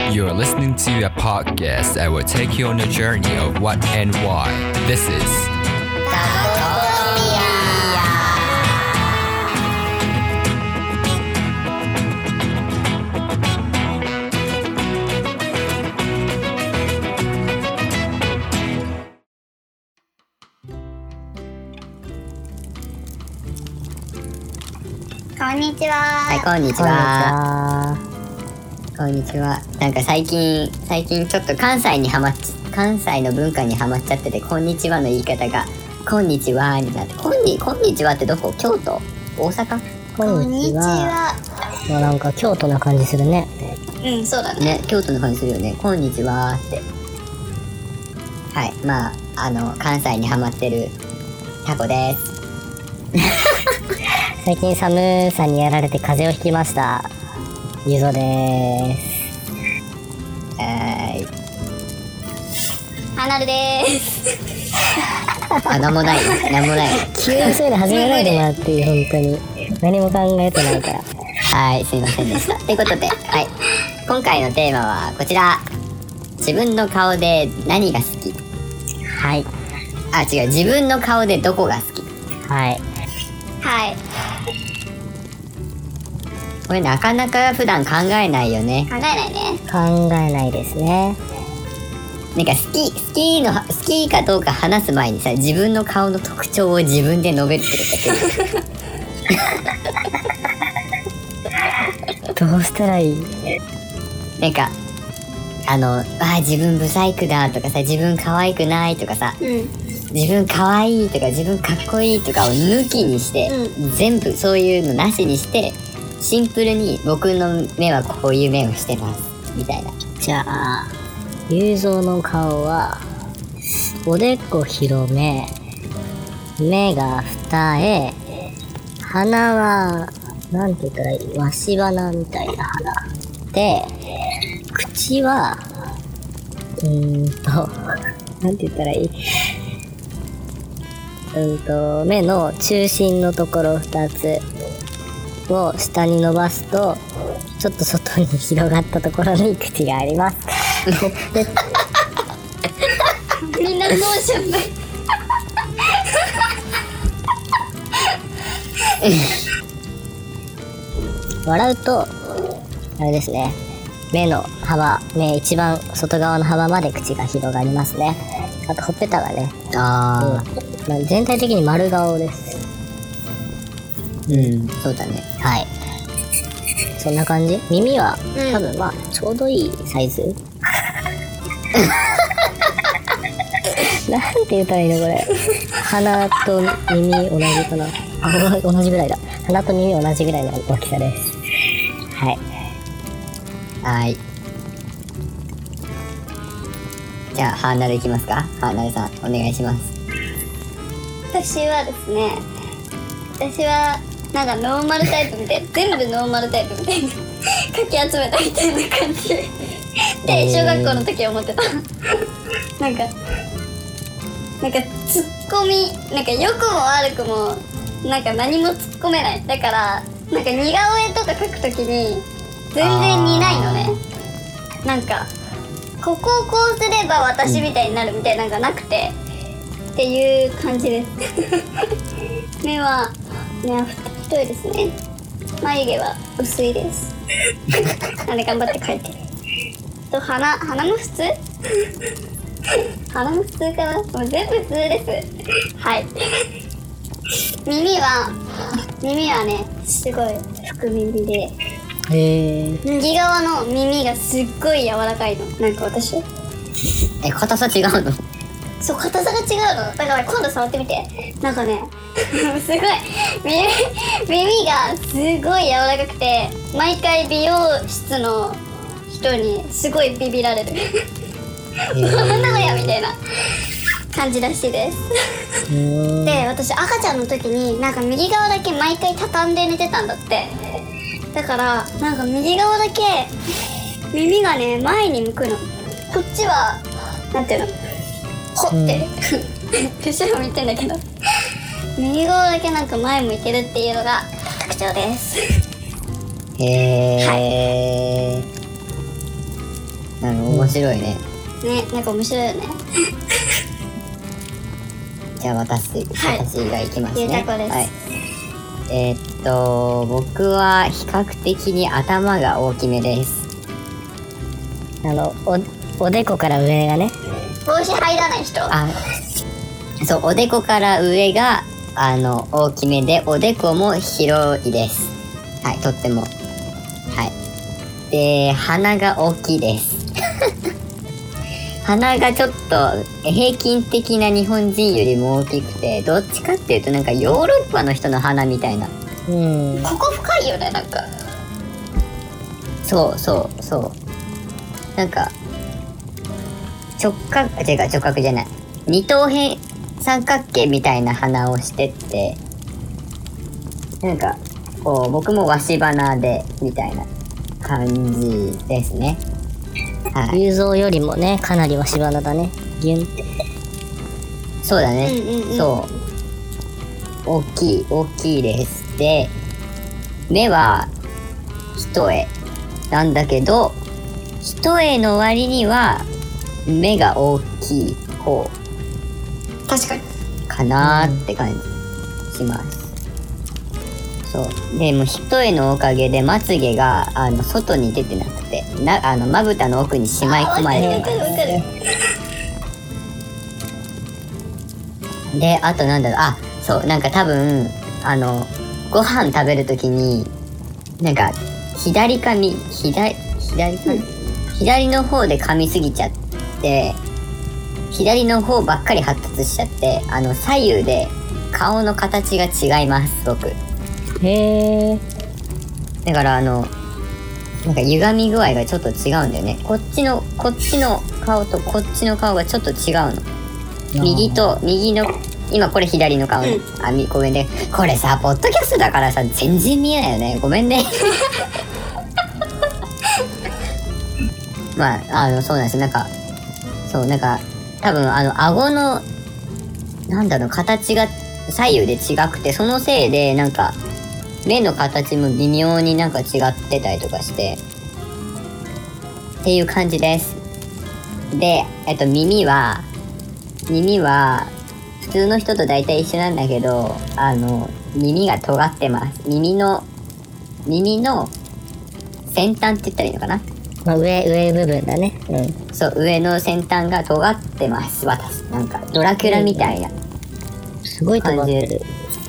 You're listening to a podcast that will take you on a journey of what and why. This is こんにちは。 はい、こんにちは。こんにちは。なんか最近ちょっと関西の文化にハマっちゃってて、こんにちはの言い方がこんにちはになって、こんにちはってどこ？京都？大阪？ こんにちは。 もうなんか京都な感じするね。 うん、そうだね。 ね、京都な感じするよね。こんにちはって。はい、まあ関西にハマってるタコです。 最近寒さにやられて風邪をひきました。ゆぞでーす。 はなるでーす。 なんもない。 急にそういうの始めないでもらっていい、本当に。何も考えてないから。 はい、すいませんでした。ということで、はい。今回のテーマはこちら。自分の顔で何が好き？ はい。 違う、自分の顔でどこが好き？ はい。 はい。 これなかなか普段考えないよね。 考えないね。 考えないですね。 なんか好きかどうか話す前にさ、自分の顔の特徴を自分で述べるってどうしたらいい？ なんか自分ブサイクだとかさ、自分可愛くないとかさ、自分可愛いとか自分かっこいいとかを抜きにして、全部そういうのなしにして、シンプルに僕の目はこういう目をしてますみたいな。 じゃあゆうぞうの顔はおでこ広め、目が二重、鼻はなんて言ったらいい？わし鼻みたいな鼻で、口はなんて言ったらいい？目の中心のところ2つを下に伸ばすと、ちょっと外に広がったところに口があります。 みんなどうしちゃった？ 笑うとあれですね、目一番外側の幅まで口が広がりますね。あとほっぺたがね、全体的に丸顔です。 そうだね。 はい、そんな感じ。耳は多分ちょうどいいサイズ。なんて言ったらいいのこれ。鼻と耳同じかな。同じぐらいだ。鼻と耳同じぐらいの大きさです。 はい。じゃあハーナルいきますか。ハーナルさんお願いします。 私はなんかノーマルタイプみたいな、全部ノーマルタイプみたいなかき集めたみたいな感じで小学校の時思ってた。なんかツッコミ、なんか良くも悪くもなんか何も突っ込めない。だからなんか似顔絵とか描くときに全然似ないのね。なんかここをこうすれば私みたいになるみたいなのがなくて、っていう感じです。目は太いですね。眉毛は薄いです。なんで頑張って描いてる。鼻も普通？鼻も普通かな？もう全部普通です。はい。耳はね、すごい福耳で、右側の耳がすっごい柔らかいの。なんか私硬さ違うの？ そう、硬さが違うの。だから今度触ってみて。なんかねすごい耳がすごい柔らかくて、毎回美容室の人にすごいビビられる。なんだこりゃみたいな感じらしいです。で、私赤ちゃんの時になんか右側だけ毎回畳んで寝てたんだって。だからなんか右側だけ耳がね前に向くの。こっちはなんていうの、ほって後ろ向いてんだけど、右側だけなんか前向いてるっていうのが特徴です。 へー。 面白いね。 ね、なんか面白いよね。 じゃあ私が行きますね。 ゆうたこです。 はい。僕は比較的に頭が大きめです。 おでこから上がね。 帽子入らない人。 そう、おでこから上が大きめで、おでこも広いです。はい、とっても。はい。で、鼻が大きいです。鼻がちょっと平均的な日本人よりも大きくて、どっちかっていうとなんかヨーロッパの人の鼻みたいな。 ここ深いよね、なんか。 そう。なんか直角じゃない。二等辺三角形みたいな鼻をしてって、なんかこう僕もわし鼻でみたいな感じですね。はい。 雄三よりもね、かなりわし鼻だね。ギュンって。 そうだね。そう。大きいです。で、目は一重なんだけど、一重の割には目が大きい方確かにかなーって感じします。そうでも一重のおかげでまつげが外に出てなくてまぶたの奥にしまい込まれてます。で、あとなんだろう、そう、なんか多分ご飯食べるときになんか左の方で噛みすぎちゃって、左の方ばっかり発達しちゃって、左右で顔の形が違います、僕。 へー。 だからなんか歪み具合がちょっと違うんだよね。こっちの顔とこっちの顔がちょっと違うの。右の、今これ左の顔ね。ごめんね。これさ、ポッドキャストだからさ、全然見えないよね。ごめんね。まあ、そうなんです。なんか多分顎の形が左右で違くて、そのせいでなんか目の形も微妙になんか違ってたりとかしてっていう感じです。で、耳は普通の人と大体一緒なんだけど、耳が尖ってます。耳の先端って言ったらいいのかな。 まあ、上部分だね。 そう、上の先端が尖ってます。私なんかドラキュラみたいな、 すごい尖ってる。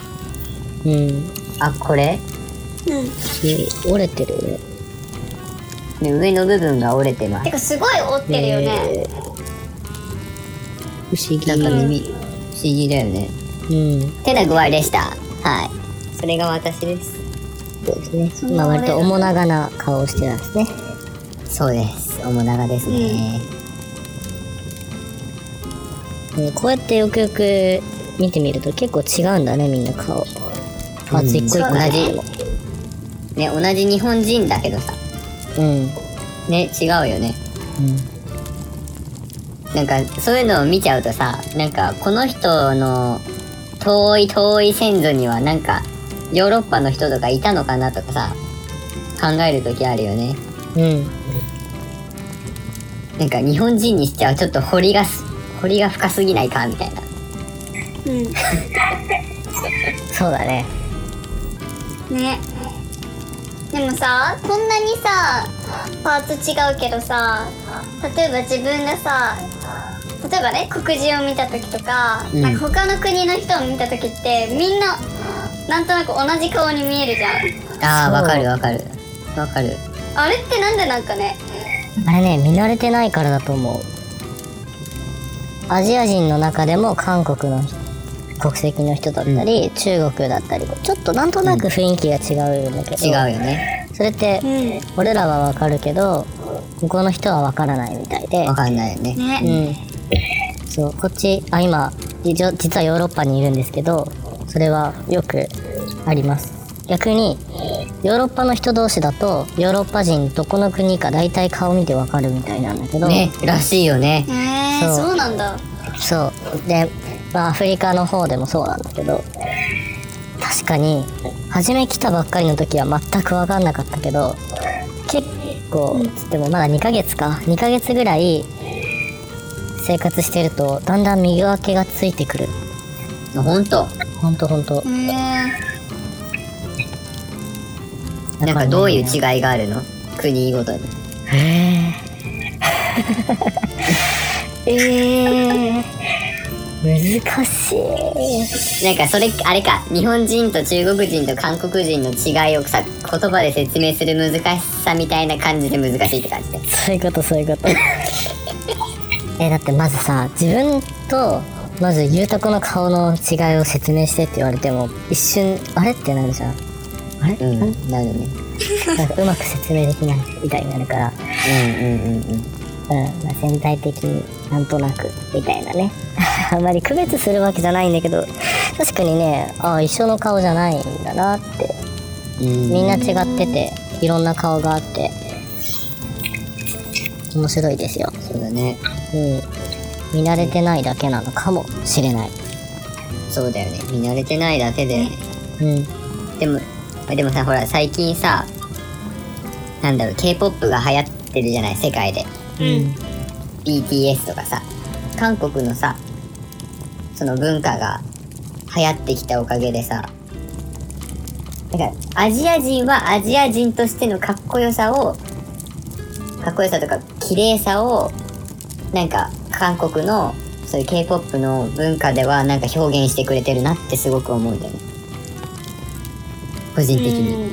これ折れてるね。 で、上の部分が折れてます。 てかすごい折ってるよね。 不思議。 なんか耳不思議だよね。てな具合でした。はい。それが私です。 そうですね。まあ割と面長な顔をしてますね。 そうです。面長ですね。 こうやってよくよく見てみると結構違うんだね、みんな顔。パーツ一個一個同じ日本人だけどさ。ね、違うよね。なんかそういうのを見ちゃうとさ、なんかこの人の遠い先祖にはなんかヨーロッパの人とかいたのかなとかさ、考えるときあるよね。なんか日本人にしちゃうちょっと彫りが深すぎないかみたいな。 そうだね。 ね。でもさ、こんなにさパーツ違うけどさ、例えば自分がさ、例えばね、黒人を見た時とか、なんか他の国の人を見た時ってみんななんとなく同じ顔に見えるじゃん。 わかる。 あれってなんでなんかね。 あれね、見慣れてないからだと思う。アジア人の中でも韓国の国籍の人だったり、中国だったり、ちょっとなんとなく雰囲気が違うんだけど、 違うよね。 それって、俺らはわかるけど向こうの人はわからないみたいで。 わかんないよね。 そう、こっち今実はヨーロッパにいるんですけど、それはよくあります。逆にヨーロッパの人同士だと、ヨーロッパ人どこの国か大体顔見てわかるみたいなんだけどね、らしいよね。 そうなんだ。 そうで、アフリカの方でもそうなんだけど、確かに初め来たばっかりの時は全く分かんなかったけど、結構つってもまだ2ヶ月ぐらい生活してるとだんだん見分けがついてくる。 ほんとなんかどういう違いがあるの？国ごとに。 難しい。 なんかそれあれか、日本人と中国人と韓国人の違いをさ言葉で説明する難しさみたいな感じで難しいって感じで。 そういうことだってまずさ、自分とまずゆうたこの顔の違いを説明してって言われても一瞬あれってなるじゃん。あれ、 なるね。 なんかうまく説明できないみたいになるから、まあ、全体的になんとなくみたいなね。あまり区別するわけじゃないんだけど、確かにね、一緒の顔じゃないんだなって。みんな違ってていろんな顔があって面白いですよ。 そうだね。 見慣れてないだけなのかもしれない。 そうだよね、見慣れてないだけで。でもさ、ほら最近さ、なんだろう、 K-POP が流行ってるじゃない、世界で。BTS とかさ、韓国のさ、その文化が流行ってきたおかげでさ、なんかアジア人はアジア人としてのかっこよさとか綺麗さをなんか韓国のそういう K-POP の文化ではなんか表現してくれてるなってすごく思うんだよね、個人的に。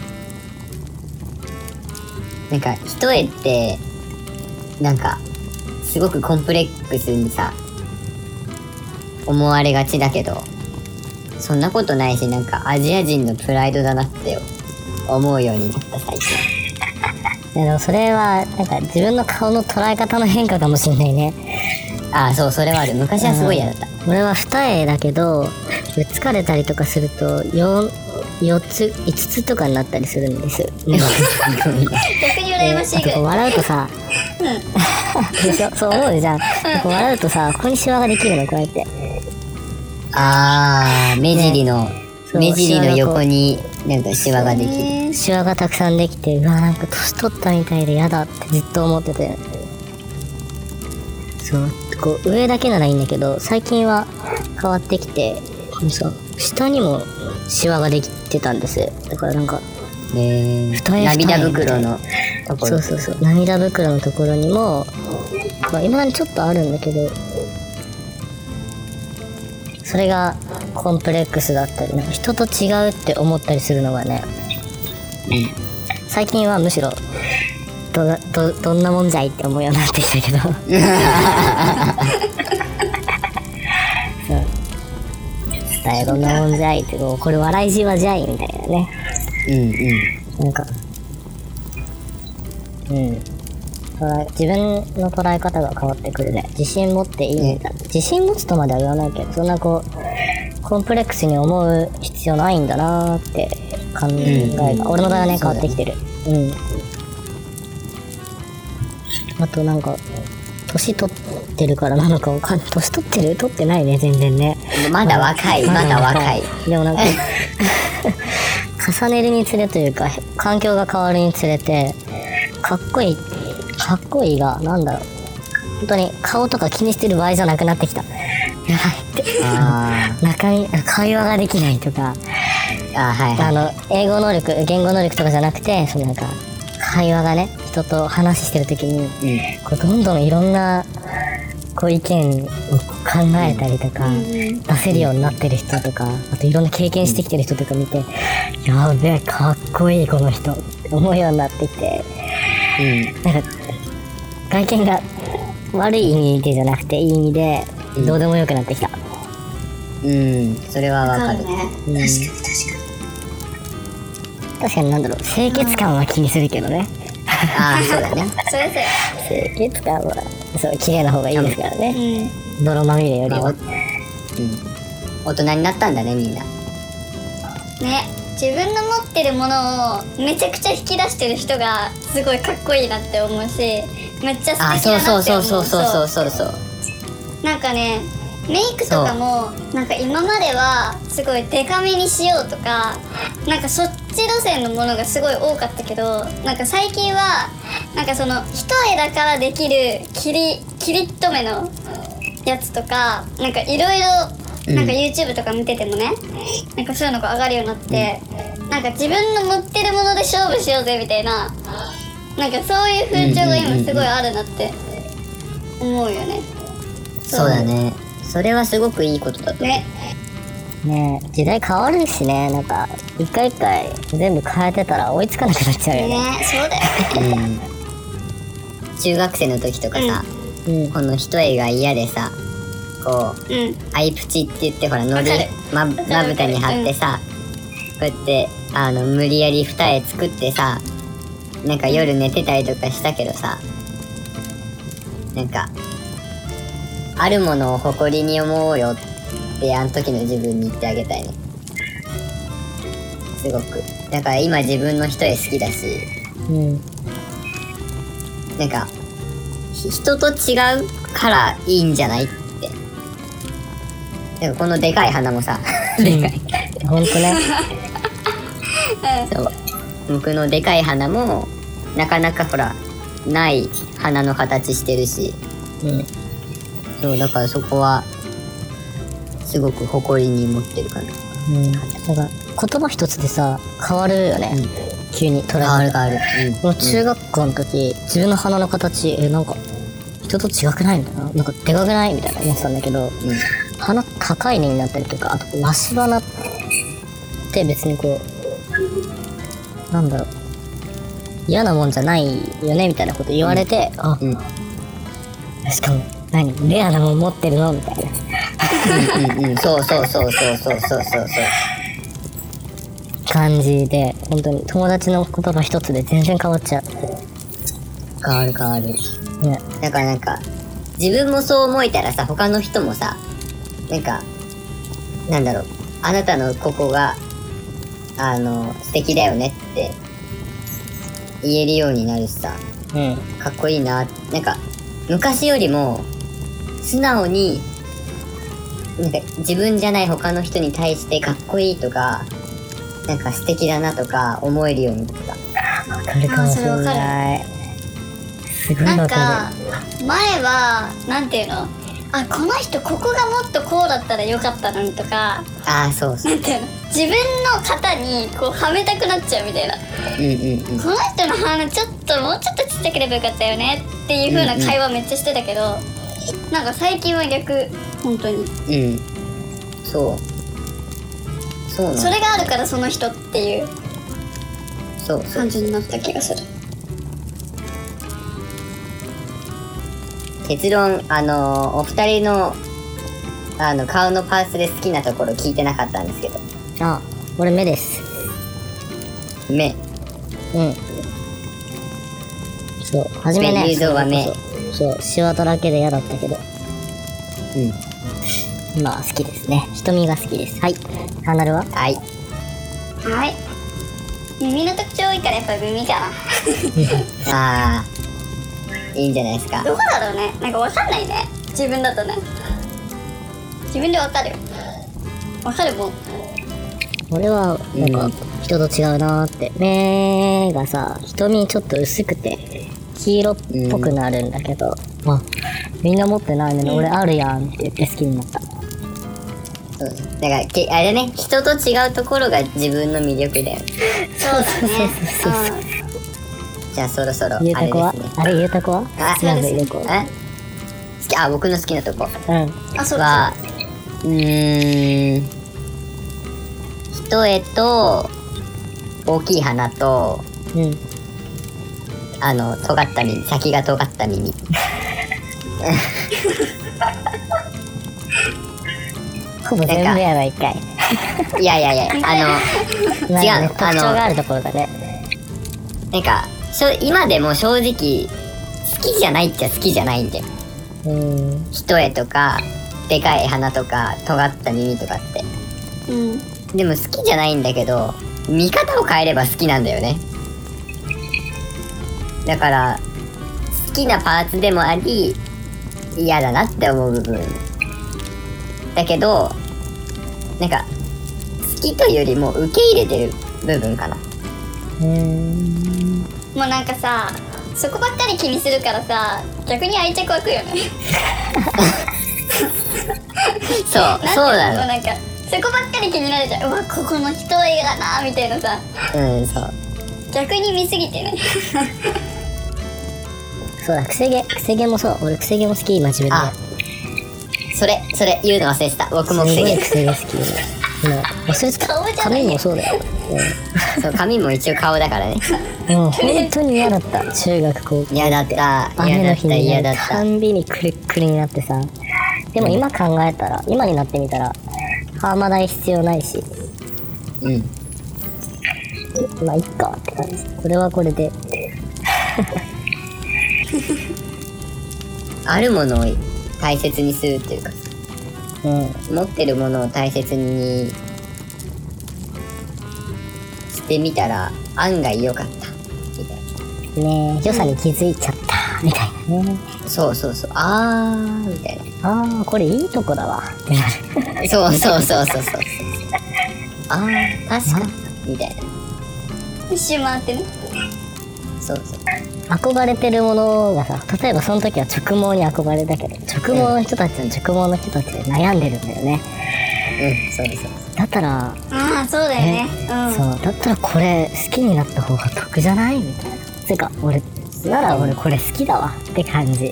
なんか一重ってなんかすごくコンプレックスにさ思われがちだけど、そんなことないし、なんかアジア人のプライドだなって思うようになった最近。 でもそれはなんか自分の顔の捉え方の変化かもしれないね。 そう、それはある。昔はすごい嫌だった。 俺は二重だけど疲れたりとかすると4つ5つとかになったりするんです。 逆に羨ましいぐらい。 笑うとさ、でしょ、そう思うじゃん。笑うとさ、ここにシワができるの、こうやって。 目尻の横になんかシワができる。 シワがたくさんできて、なんか年取ったみたいで嫌だってずっと思ってて。そう、こう上だけならいいんだけど、最近は変わってきて、このさ、下にもシワができてたんです。だからなんか、 涙袋のところ。 そう涙袋のところにも、今までちょっとあるんだけど、それがコンプレックスだったり、なんか人と違うって思ったりするのがね、最近はむしろどんなもんじゃいって思うようになってきたけどそうどんなもんじゃいって、これ笑いじわじゃいみたいなね。なんか自分の捉え方が変わってくるね。自信持っていいんだ、自信持つとまでは言わないけど、そんなコンプレックスに思う必要ないんだなーって考えが、俺の場合はね変わってきてる。あとなんか年取ってるからなのか年取ってる？取ってないね、全然ね。 まだ若い。 でもなんか重ねるにつれというか、環境が変わるにつれて、かっこいいが、なんだろう、本当に顔とか気にしてる場合じゃなくなってきた。やばいって会話ができないとか、英語能力、言語能力とかじゃなくて、そのなんか会話がね、人と話してる時に、どんどんいろんな意見を考えたりとか、出せるようになってる人とか、あといろんな経験してきてる人とか見て、やべえかっこいいこの人って思うようになってきて、なんか外見が悪い意味でじゃなくていい意味でどうでもよくなってきた。 それはわかる。 確かになんだろう、清潔感は気にするけどね。 そうだね。 それ清潔感はそう綺麗な方がいいですからね。泥まみれよりは。 大人になったんだね、みんな。 ね、自分の持ってるものをめちゃくちゃ引き出してる人がすごいかっこいいなって思うし、めっちゃ素敵だなって思う。 そう。 なんかね、 メイクとかもなんか今まではすごいデカめにしようとかなんかそっち路線のものがすごい多かったけど、なんか最近はなんかその一重だからできるキリッとめのやつとかなんかいろいろなんか YouTube とか見ててもね、なんかそういうのが上がるようになって、なんか自分の持ってるもので勝負しようぜみたいな、なんかそういう風潮が今すごいあるなって思うよね。 そうだね。それはすごくいいことだと思う。 ねえ、時代変わるしね、なんか一回一回全部変えてたら追いつかなくなっちゃうよね。 そうだよね。 中学生の時とかさ、この一重が嫌でさ、こう、アイプチって言ってほらのりまぶたに貼ってさ、こうやって無理やり二重作ってさ、なんか夜寝てたりとかしたけどさ、なんかあるものを誇りに思おうよってあの時の自分に言ってあげたいね。すごく。だから今自分の一重好きだし、なんか人と違うからいいんじゃないって。なんかこのでかい鼻もさ、でかい。 ほんとね。 そう。僕のでかい鼻もなかなかほらない鼻の形してるし、そうだからそこはすごく誇りに持ってるかな。 なんか言葉一つでさ変わるよね。急に捉え方。 変わる。 もう中学校の時、自分の鼻の形なんか人と違くないみたいな、なんかでかくないみたいな思ってたんだけど、鼻高いねになったりとか、あと増し鼻って別にこうなんだろう嫌なもんじゃないよねみたいなこと言われて、しかも何レアなもん持ってるのみたいなそう感じで、本当に友達の言葉一つで全然変わっちゃう。 変わる、ね、だからなんか自分もそう思えたらさ、他の人もさ、なんかなんだろう、あなたのここが素敵だよねって言えるようになるしさ、かっこいいな。なんか昔よりも素直になんか自分じゃない他の人に対してかっこいいとかなんか素敵だなとか思えるようになった。 わかるかもしれない。すごいわかる。 なんか前はなんていうの、この人ここがもっとこうだったらよかったのにとか、 そうなんていうの、自分の肩にこうはめたくなっちゃうみたいな、この人の鼻ちょっともうちょっとちっちゃければよかったよねっていう風な会話めっちゃしてたけど、なんか最近は逆、本当にそうなの。それがあるからその人っていう感じになった気がする。 結論、お二人の顔のパーツで好きなところ聞いてなかったんですけど。 俺目です。 目。 そう、初めね。 雄三は目。 そう、シワだらけで嫌だったけど。まあ好きですね。瞳が好きです。はい。サンダルは？ はい。 耳の特徴多いからやっぱり耳かな。 いいんじゃないですか。 どこだろうね。なんかわかんないね。自分だとね。自分でわかるよ。わかるもん。 俺はなんか人と違うなーって。目がさ、瞳ちょっと薄くて黄色っぽくなるんだけど、みんな持ってないのに俺あるやんって言って好きになった。 だからあれね、人と違うところが自分の魅力だよね。 そうだね。 じゃあそろそろあれですね。 ゆうたこは？ そうですね。 僕の好きなとこそうは一重と大きい鼻と尖った耳、先が尖った耳。 ほぼ全部やないかい。 いや違うの。 特徴があるところだね。 なんか今でも正直好きじゃないっちゃ好きじゃないんだよ。一重とかでかい鼻とか尖った耳とかって。でも好きじゃないんだけど、見方を変えれば好きなんだよね。だから好きなパーツでもあり、嫌だなって思う部分だけどなんか好きというよりも受け入れてる部分かな。 もうなんかさ、そこばっかり気にするからさ、逆に愛着湧くよね。 そうなの。 なんかそこばっかり気になるじゃん。うわ、ここの人絵がなみたいなさ。 そう逆に見すぎてね。 そうだ、くせ毛もそう。俺くせ毛も好き、真面目で。 あ、それ言うの忘れてた。僕もくせ毛。 くせ毛好き。忘れてた。 顔じゃない髪もそうだよ。 そう、髪も一応顔だからね。 もう本当に嫌だった。中学高校。 嫌だった。 雨の日に嫌だった。 たんびにくるっくるになってさ。でも今考えたら、今になってみたら、パーマ代必要ないし。まあいっかって感じ。これはこれで。 あるものを大切にするっていうか、持ってるものを大切にしてみたら案外良かったみたいな。ねえ、良さに気づいちゃったみたいなね。 そう。みたいな。これいいとこだわってなる。 そう。確かにみたいな。 一周回ってね。 そう。 憧れてるものがさ、例えばその時は直毛に憧れたけど、直毛の人たちは直毛の人たちで悩んでるんだよね。 そう。 だったら、 そうだよね。 そうだったらこれ好きになった方が得じゃないみたいな。てか俺これ好きだわって感じ。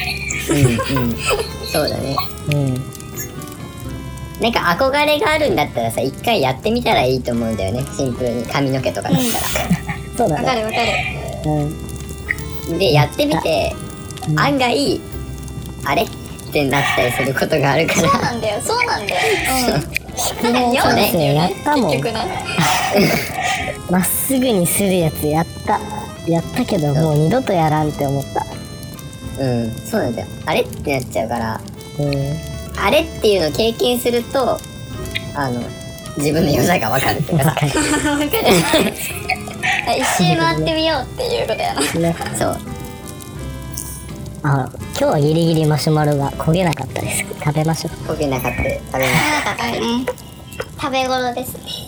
そうだね。なんか憧れがあるんだったらさ、一回やってみたらいいと思うんだよね。シンプルに髪の毛とかだったら。 そうだね。 わかる。 でやってみて、案外あれってなったりすることがあるから。 そうなんだよ。 そうね。やったもん。 結局ね。 まっすぐにするやつやったけど、もう二度とやらんって思った。 そうなんだよ。あれってなっちゃうから、あれっていうのを経験すると自分の良さが分かるっていうかさ。 一周回ってみようっていうことやな。 そう。 今日はギリギリマシュマロが焦げなかったです。食べましょう。 焦げなかった。食べましょう。 食べ頃ですね。